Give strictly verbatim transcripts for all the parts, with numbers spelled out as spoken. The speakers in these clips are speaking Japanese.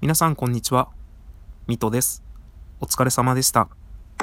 皆さんこんにちは、ミトです。お疲れ様でした。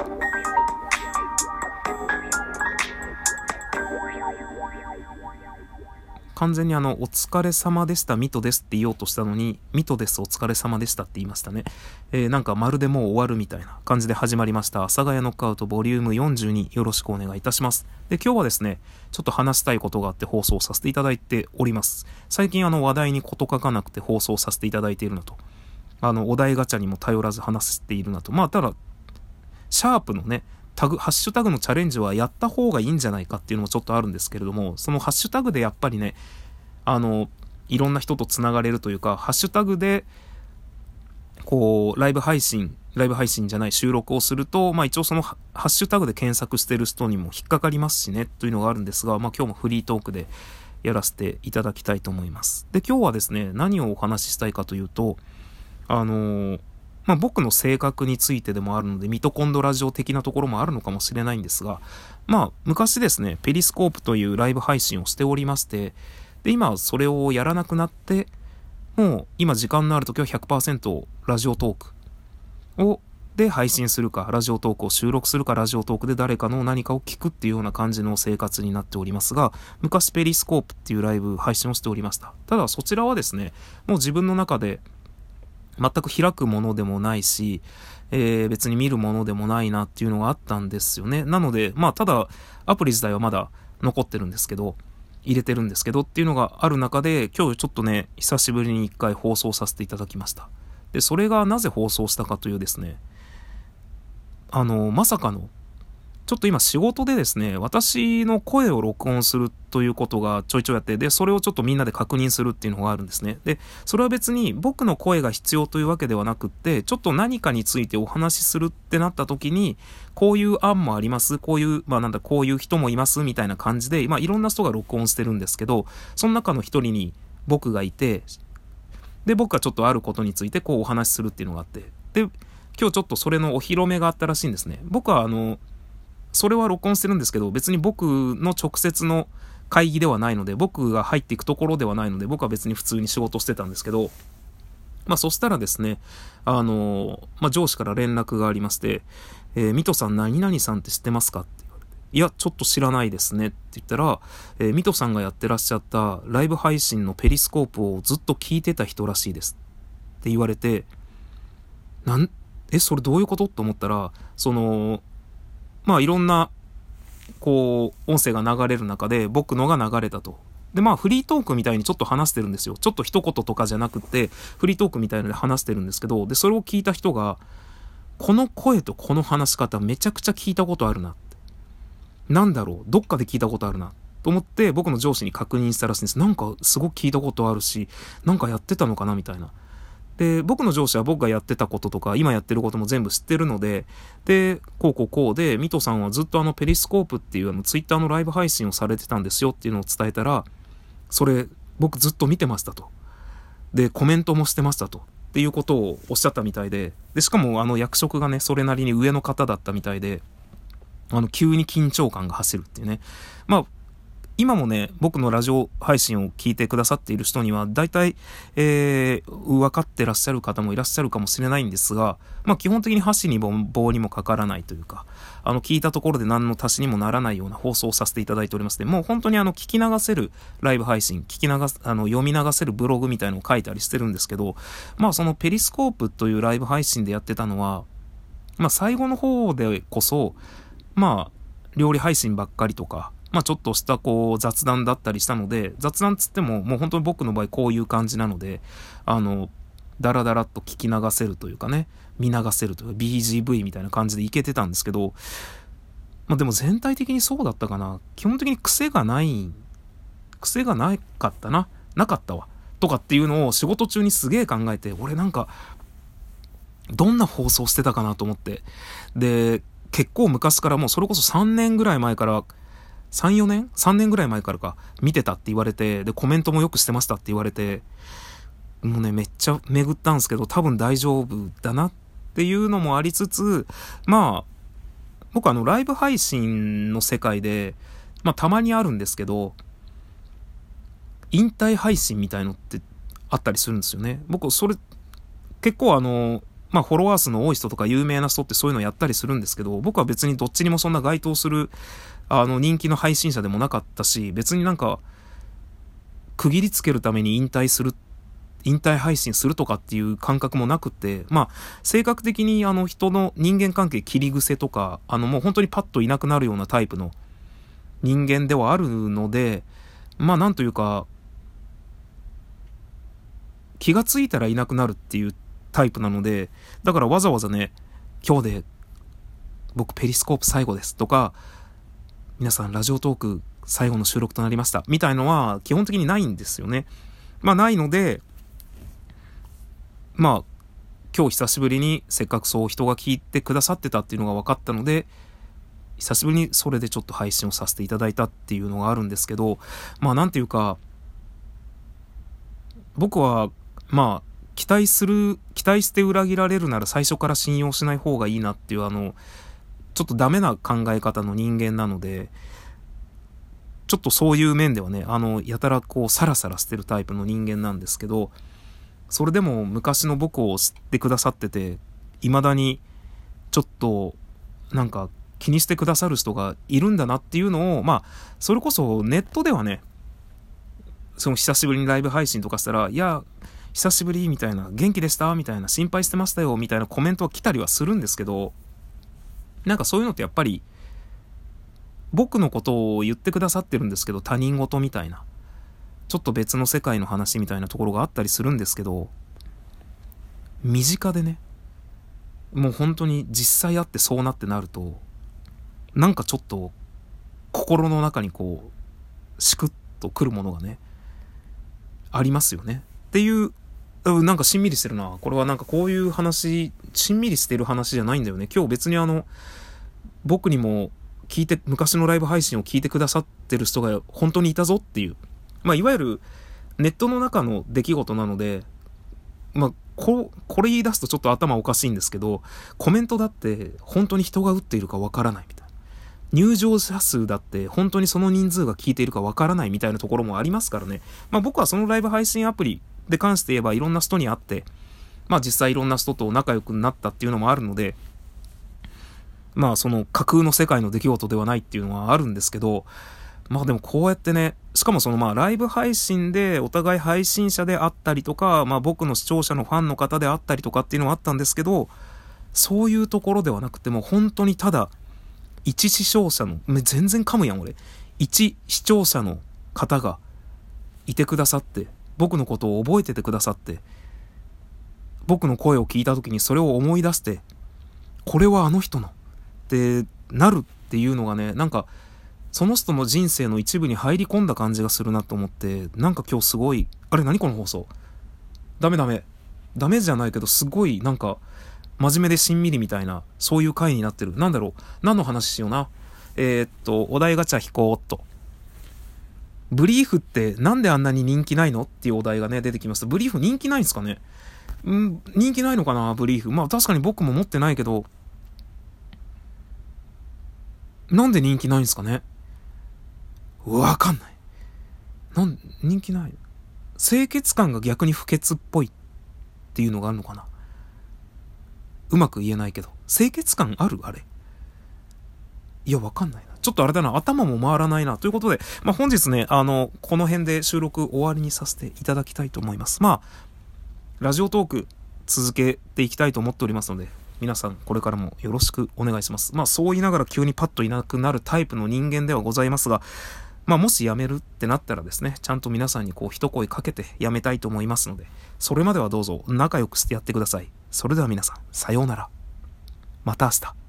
完全にあのお疲れ様でしたミトですって言おうとしたのに、ミトですお疲れ様でしたって言いましたね。えー、なんかまるでもう終わるみたいな感じで始まりました阿佐ヶ谷ノックアウトボリュームよんじゅうに、よろしくお願いいたします。で、今日はですね、ちょっと話したいことがあって放送させていただいております。最近あの話題に事書かなくて放送させていただいているのと、あのお題ガチャにも頼らず話しているなと。まあただシャープのねタグハッシュタグのチャレンジはやった方がいいんじゃないかっていうのもちょっとあるんですけれども、そのハッシュタグでやっぱりね、あのいろんな人とつながれるというか、ハッシュタグでこうライブ配信ライブ配信じゃない収録をすると、まあ一応そのハッシュタグで検索してる人にも引っかかりますしねというのがあるんですが、まあ今日もフリートークでやらせていただきたいと思います。で、今日はですね、何をお話ししたいかというと、あのーまあ、僕の性格についてでもあるので、ミトコンドラジオ的なところもあるのかもしれないんですが、まあ昔ですね、ペリスコープというライブ配信をしておりまして、で今それをやらなくなって、もう今時間のある時は ひゃくパーセント ラジオトークをで配信するか、ラジオトークを収録するか、ラジオトークで誰かの何かを聞くっていうような感じの生活になっておりますが、昔ペリスコープっていうライブ配信をしておりました。ただそちらはですね、もう自分の中で全く開くものでもないし、えー、別に見るものでもないなっていうのがあったんですよね。なので、まあただアプリ自体はまだ残ってるんですけど、入れてるんですけどっていうのがある中で、今日ちょっとね、久しぶりに一回放送させていただきました。で、それがなぜ放送したかというですね、あの、まさかの、ちょっと今仕事でですね、私の声を録音するということがちょいちょいやって、で、それをちょっとみんなで確認するっていうのがあるんですね。で、それは別に僕の声が必要というわけではなくって、ちょっと何かについてお話しするってなった時に、こういう案もあります、こういう、まあなんだ、こういう人もいますみたいな感じで、まあいろんな人が録音してるんですけど、その中の一人に僕がいて、で、僕がちょっとあることについてこうお話しするっていうのがあって、で、今日ちょっとそれのお披露目があったらしいんですね。僕はあの、それは録音してるんですけど、別に僕の直接の会議ではないので、僕が入っていくところではないので、僕は別に普通に仕事してたんですけど、まあそしたらですね、あの、まあ上司から連絡がありまして、えー、ミトさん何々さんって知ってますかって言われて、いや、ちょっと知らないですねって言ったら、えー、ミトさんがやってらっしゃったライブ配信のペリスコープをずっと聞いてた人らしいですって言われて、なん、え、それどういうことと思ったら、その、まあいろんなこう音声が流れる中で僕のが流れたと。でまあフリートークみたいにちょっと話してるんですよ。ちょっと一言とかじゃなくてフリートークみたいので話してるんですけど、でそれを聞いた人が、この声とこの話し方めちゃくちゃ聞いたことあるなって、なんだろう、どっかで聞いたことあるなと思って僕の上司に確認したらしいんです。なんかすごく聞いたことあるし、なんかやってたのかなみたいな。で、僕の上司は僕がやってたこととか、今やってることも全部知ってるので、で、こうこうこうで、ミトさんはずっとあのペリスコープっていうあのツイッターのライブ配信をされてたんですよっていうのを伝えたら、それ、僕ずっと見てましたと。で、コメントもしてましたと。っていうことをおっしゃったみたいで、で、しかもあの役職がね、それなりに上の方だったみたいで、あの、急に緊張感が走るっていうね。まあ、今もね、僕のラジオ配信を聞いてくださっている人には、大体、えー、分かってらっしゃる方もいらっしゃるかもしれないんですが、まあ基本的に箸にも棒にもかからないというか、あの、聞いたところで何の足しにもならないような放送をさせていただいておりますので、もう本当にあの、聞き流せるライブ配信、聞き流す、あの、読み流せるブログみたいのを書いたりしてるんですけど、まあそのペリスコープというライブ配信でやってたのは、まあ最後の方でこそ、まあ、料理配信ばっかりとか、まあちょっとしたこう雑談だったりしたので、雑談つってももう本当に僕の場合こういう感じなので、あの、ダラダラっと聞き流せるというかね、見流せるというか ビージーブイ みたいな感じでいけてたんですけど、まあでも全体的にそうだったかな。基本的に癖がない、癖がなかったな、なかったわ。とかっていうのを仕事中にすげえ考えて、俺なんか、どんな放送してたかなと思って。で、結構昔からもうそれこそさんねんぐらい前から、さん、よねん ?さん 年ぐらい前からか、見てたって言われて、で、コメントもよくしてましたって言われて、もうね、めっちゃ巡ったんですけど、多分大丈夫だなっていうのもありつつ、まあ、僕あの、ライブ配信の世界で、まあ、たまにあるんですけど、引退配信みたいのってあったりするんですよね。僕、それ、 結構あの、まあフォロワー数の多い人とか有名な人ってそういうのやったりするんですけど、僕は別にどっちにもそんな該当する、あの人気の配信者でもなかったし、別になんか、区切りつけるために引退する、引退配信するとかっていう感覚もなくて、まあ、性格的にあの人の人間関係切り癖とか、あのもう本当にパッといなくなるようなタイプの人間ではあるので、まあなんというか、気がついたらいなくなるっていうタイプなので、だからわざわざね、今日で僕ペリスコープ最後ですとか、皆さんラジオトーク最後の収録となりましたみたいのは基本的にないんですよね。まあないので、まあ今日久しぶりにせっかくそう人が聞いてくださってたっていうのが分かったので、久しぶりにそれでちょっと配信をさせていただいたっていうのがあるんですけど、まあなんていうか、僕はまあ期待する期待して裏切られるなら最初から信用しない方がいいなっていう、あのちょっとダメな考え方の人間なので、ちょっとそういう面ではね、あのやたらこうサラサラしてるタイプの人間なんですけど、それでも昔の僕を知ってくださってて、未だにちょっとなんか気にしてくださる人がいるんだなっていうのを、まあそれこそネットではね、その久しぶりにライブ配信とかしたら、いや久しぶりみたいな、元気でしたみたいな、心配してましたよみたいなコメントが来たりはするんですけど、なんかそういうのってやっぱり僕のことを言ってくださってるんですけど、他人事みたいな、ちょっと別の世界の話みたいなところがあったりするんですけど、身近でね、もう本当に実際あってそうなってなると、なんかちょっと心の中にこうしくっとくるものがねありますよねっていう、なんかしんみりしてるな。これはなんかこういう話、しんみりしてる話じゃないんだよね。今日別にあの僕にも聞いて、昔のライブ配信を聞いてくださってる人が本当にいたぞっていう、まあいわゆるネットの中の出来事なので、まあここれ言い出すとちょっと頭おかしいんですけど、コメントだって本当に人が打っているかわからないみたいな、入場者数だって本当にその人数が聞いているかわからないみたいなところもありますからね。まあ僕はそのライブ配信アプリで関して言えばいろんな人に会って、まあ実際いろんな人と仲良くなったっていうのもあるので、まあその架空の世界の出来事ではないっていうのはあるんですけど、まあでもこうやってね、しかもそのまあライブ配信でお互い配信者であったりとか、まあ僕の視聴者のファンの方であったりとかっていうのはあったんですけど、そういうところではなくても本当にただ一視聴者の、全然噛むやん俺、一視聴者の方がいてくださって、僕のことを覚えててくださって、僕の声を聞いた時にそれを思い出して、これはあの人のってなるっていうのがね、なんかその人の人生の一部に入り込んだ感じがするなと思って、なんか今日すごい、あれ何この放送、ダメダメダメじゃないけど、すごいなんか真面目でしんみりみたいな、そういう回になってる。なんだろう、何の話しような。えー、っとお題ガチャ引こうっと。ブリーフってなんであんなに人気ないのっていうお題がね出てきました。ブリーフ人気ないんですかね。ん人気ないのかなブリーフ。まあ確かに僕も持ってないけど、なんで人気ないんですかね。わかんない。なん人気ない。清潔感が逆に不潔っぽいっていうのがあるのかな。うまく言えないけど、清潔感あるあれ。いやわかんないな。ちょっとあれだな、頭も回らないなということで、まあ本日ね、あのこの辺で収録終わりにさせていただきたいと思います。まあラジオトーク続けていきたいと思っておりますので、皆さんこれからもよろしくお願いします。まあそう言いながら急にパッといなくなるタイプの人間ではございますが、まあもし辞めるってなったらですね、ちゃんと皆さんにこう一声かけて辞めたいと思いますので、それまではどうぞ仲良くしてやってください。それでは皆さん、さようなら。また明日。